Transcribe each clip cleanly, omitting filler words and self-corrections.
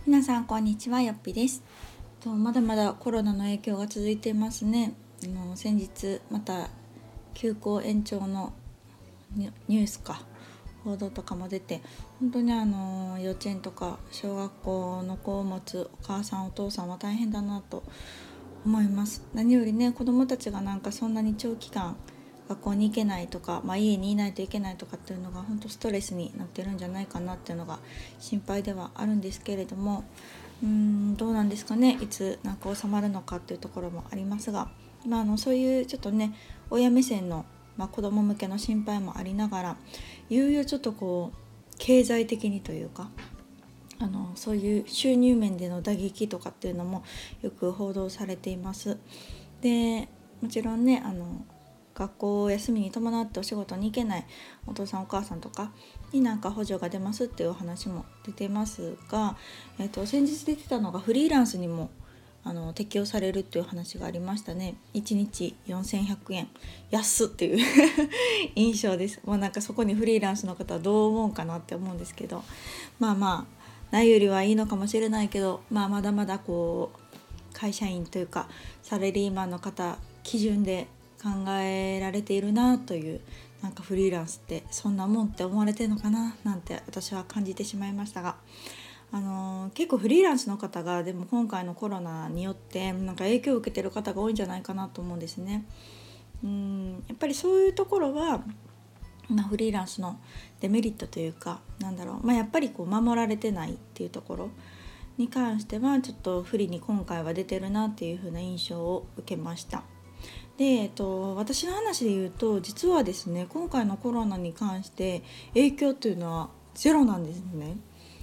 皆さんこんにちは、よっぴです。まだまだコロナの影響が続いていますね。先日また休校延長のニュース報道とかも出て、本当に幼稚園とか小学校の子を持つお母さんお父さんは大変だなと思います。何よりね、子どもたちがそんなに長期間学校に行けないとか、家にいないといけないとかっていうのが本当ストレスになってるんじゃないかなっていうのが心配ではあるんですけれども、どうなんですかね、いつ収まるのかっていうところもありますが、そういうちょっとね、親目線の、子ども向けの心配もありながら、いよいよちょっと経済的にというか、そういう収入面での打撃とかっていうのもよく報道されています。でもちろんね、学校休みに伴ってお仕事に行けないお父さんお母さんとかに補助が出ますっていうお話も出てますが、先日出てたのがフリーランスにも適用されるっていう話がありましたね。1日4100円安っていう印象です。もうそこにフリーランスの方はどう思うかなって思うんですけど、ないよりはいいのかもしれないけど、まだまだ会社員というかサラリーマンの方基準で考えられているなという、フリーランスってそんなもんって思われてるのかななんて私は感じてしまいましたが、結構フリーランスの方がでも今回のコロナによって影響を受けてる方が多いんじゃないかなと思うんですね。やっぱりそういうところは、フリーランスのデメリットというかやっぱり守られてないっていうところに関してはちょっと不利に今回は出てるなっていう風な印象を受けました。で、私の話で言うと実はですね、今回のコロナに関して影響というのはゼロなんですね。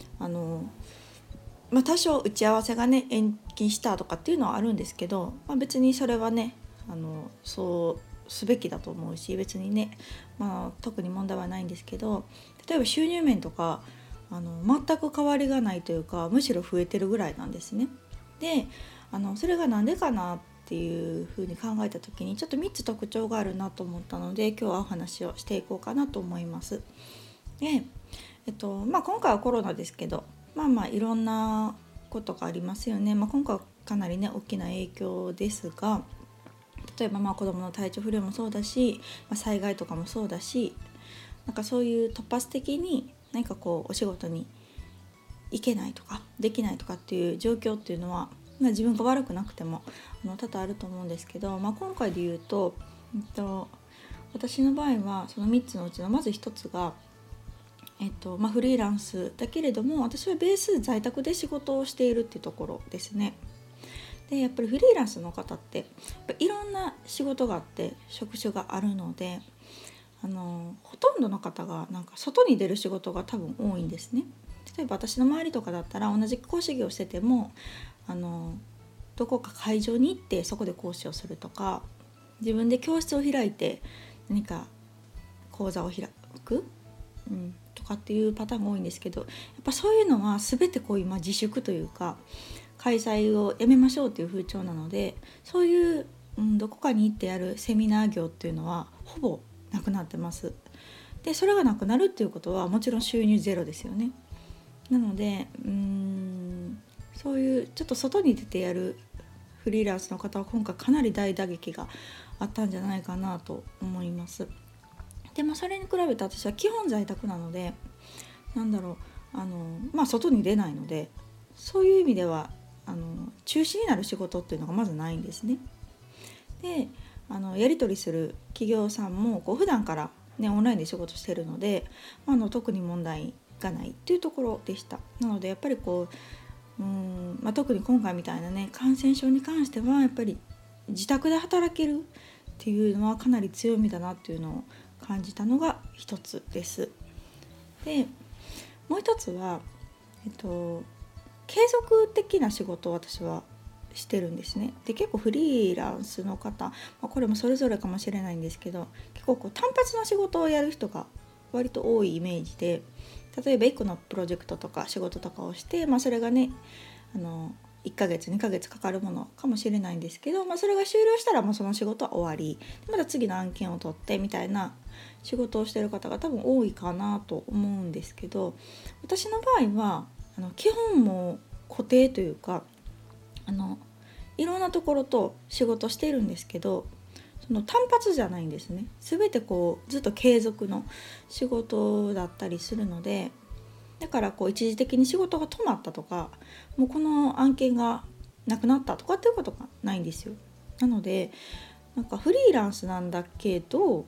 多少打ち合わせがね延期したとかっていうのはあるんですけど、別にそれはねそうすべきだと思うし、別にね、特に問題はないんですけど、例えば収入面とか全く変わりがないというか、むしろ増えてるぐらいなんですね。でそれがなんでかなっていうふうに考えた時にちょっと3つ特徴があるなと思ったので、今日はお話をしていこうかなと思います。で、今回はコロナですけど、いろんなことがありますよね。今回はかなりね大きな影響ですが、例えば子どもの体調不良もそうだし、災害とかもそうだし、そういう突発的にお仕事に行けないとかできないとかっていう状況っていうのは、自分が悪くなくても多々あると思うんですけど、今回で言うと、私の場合はその3つのうちのまず1つが、フリーランスだけれども私はベース在宅で仕事をしているっていうところですね。でやっぱりフリーランスの方っていろんな仕事があって職種があるので、ほとんどの方が外に出る仕事が多分多いんですね。例えば私の周りとかだったら同じ講師業をしててもどこか会場に行ってそこで講師をするとか、自分で教室を開いて何か講座を開く、とかっていうパターンが多いんですけど、やっぱそういうのは全て今自粛というか開催をやめましょうっていう風潮なので、そういう、どこかに行ってやるセミナー業っていうのはほぼなくなってます。でそれがなくなるっていうことはもちろん収入ゼロですよね。なのでそういうちょっと外に出てやるフリーランスの方は今回かなり大打撃があったんじゃないかなと思います。でそれに比べて私は基本在宅なので、外に出ないので、そういう意味では中止になる仕事っていうのがまずないんですね。でやり取りする企業さんも普段から、オンラインで仕事してるので、特に問題がないっていうところでした。なのでやっぱり特に今回みたいなね感染症に関してはやっぱり自宅で働けるっていうのはかなり強みだなっていうのを感じたのが一つです。でもう一つは、継続的な仕事を私はしてるんですね。で結構フリーランスの方、これもそれぞれかもしれないんですけど、結構単発の仕事をやる人が割と多いイメージで、例えば1個のプロジェクトとか仕事とかをして、それがね1ヶ月2ヶ月かかるものかもしれないんですけど、それが終了したらもうその仕事は終わり、また次の案件を取ってみたいな仕事をしている方が多分多いかなと思うんですけど、私の場合は基本も固定というかいろんなところと仕事しているんですけど、その単発じゃないんですね。全てずっと継続の仕事だったりするので、だから一時的に仕事が止まったとか、もうこの案件がなくなったとかっていうことがないんですよ。なのでフリーランスなんだけど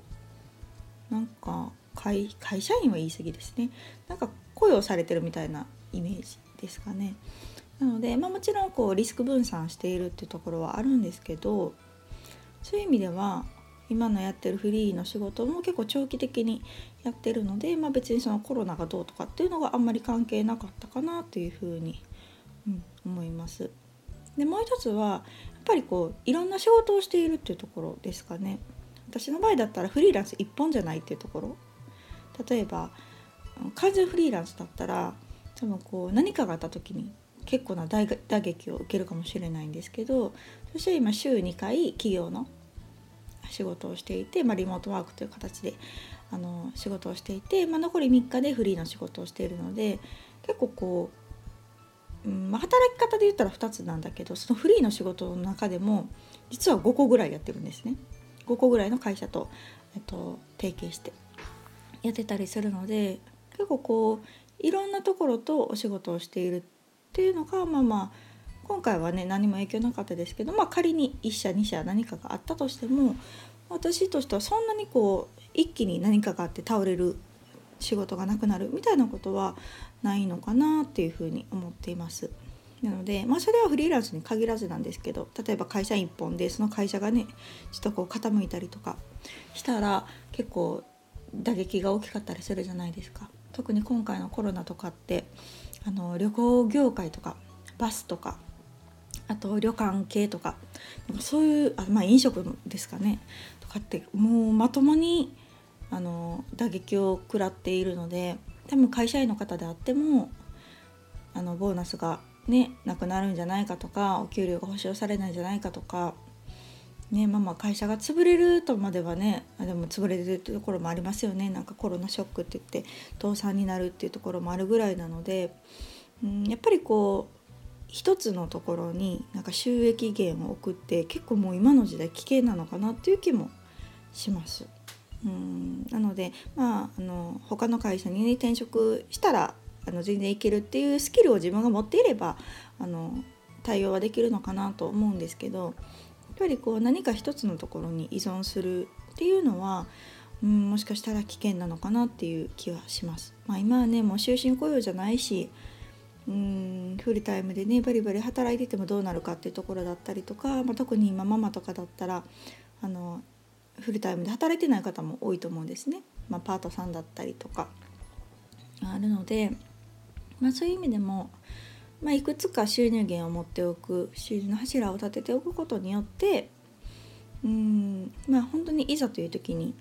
会社員は言い過ぎですね。雇用されてるみたいなイメージですかね。なので、もちろんリスク分散しているっていうところはあるんですけど、そういう意味では今のやってるフリーの仕事も結構長期的にやってるので、別にそのコロナがどうとかっていうのがあんまり関係なかったかなというふうに、思います。でもう一つはやっぱりいろんな仕事をしているっていうところですかね。私の場合だったらフリーランス一本じゃないっていうところ、例えば完全フリーランスだったら多分何かがあった時に結構な打撃を受けるかもしれないんですけど、そして今週2回企業の仕事をしていて、リモートワークという形で仕事をしていて、残り3日でフリーの仕事をしているので、結構働き方で言ったら2つなんだけど、そのフリーの仕事の中でも実は5個ぐらいやってるんですね。5個ぐらいの会社と、提携してやってたりするので、結構いろんなところとお仕事をしているっていうのが今回はね何も影響なかったですけど、仮に1社2社何かがあったとしても、私としてはそんなに一気に何かがあって倒れる、仕事がなくなるみたいなことはないのかなっていうふうに思っています。なので、それはフリーランスに限らずなんですけど、例えば会社一本でその会社がねちょっと傾いたりとかしたら結構打撃が大きかったりするじゃないですか。特に今回のコロナとかって旅行業界とかバスとか、あと旅館系とかそういう飲食ですかねとかってもうまともに打撃を食らっているので、多分会社員の方であってもボーナスがねなくなるんじゃないかとか、お給料が保証されないんじゃないかとかね、会社が潰れるとまではね、でも潰れてるところもありますよね。コロナショックって言って倒産になるっていうところもあるぐらいなので、やっぱり一つのところに収益源を置くって結構もう今の時代危険なのかなっていう気もします。なので他の会社に、ね、転職したら全然いけるっていうスキルを自分が持っていれば対応はできるのかなと思うんですけど、やっぱり何か一つのところに依存するっていうのはもしかしたら危険なのかなっていう気はします。今はねもう終身雇用じゃないし、フルタイムでねバリバリ働いててもどうなるかっていうところだったりとか、特に今ママとかだったらフルタイムで働いてない方も多いと思うんですね。パートさんだったりとかあるので、そういう意味でもいくつか収入源を持っておく、収入の柱を立てておくことによって本当にいざという時に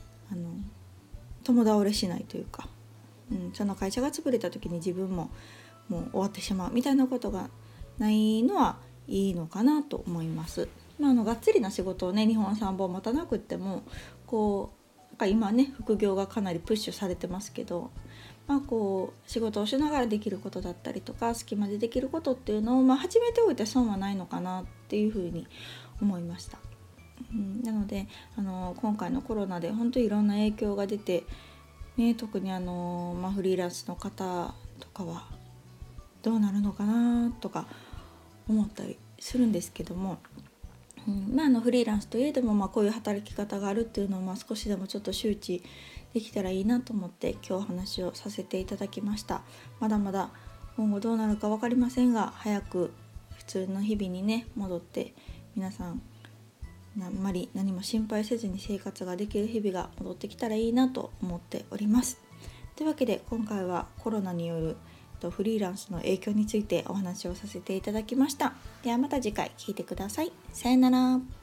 共倒れしないというか、その会社が潰れた時に自分ももう終わってしまうみたいなことがないのはいいのかなと思います。がっつりな仕事をね2本3本持たなくっても今ね副業がかなりプッシュされてますけど、仕事をしながらできることだったりとか隙間でできることっていうのを始めておいて損はないのかなっていうふうに思いました。なので今回のコロナで本当にいろんな影響が出て、特にフリーランスの方とかはどうなるのかなとか思ったりするんですけども、フリーランスといえどもこういう働き方があるっていうのを少しでもちょっと周知できたらいいなと思って今日話をさせていただきました。まだまだ今後どうなるか分かりませんが、早く普通の日々にね戻って皆さんあんまり何も心配せずに生活ができる日々が戻ってきたらいいなと思っております。というわけで今回はコロナによるフリーランスの影響についてお話をさせていただきました。ではまた次回聞いてください。さよなら。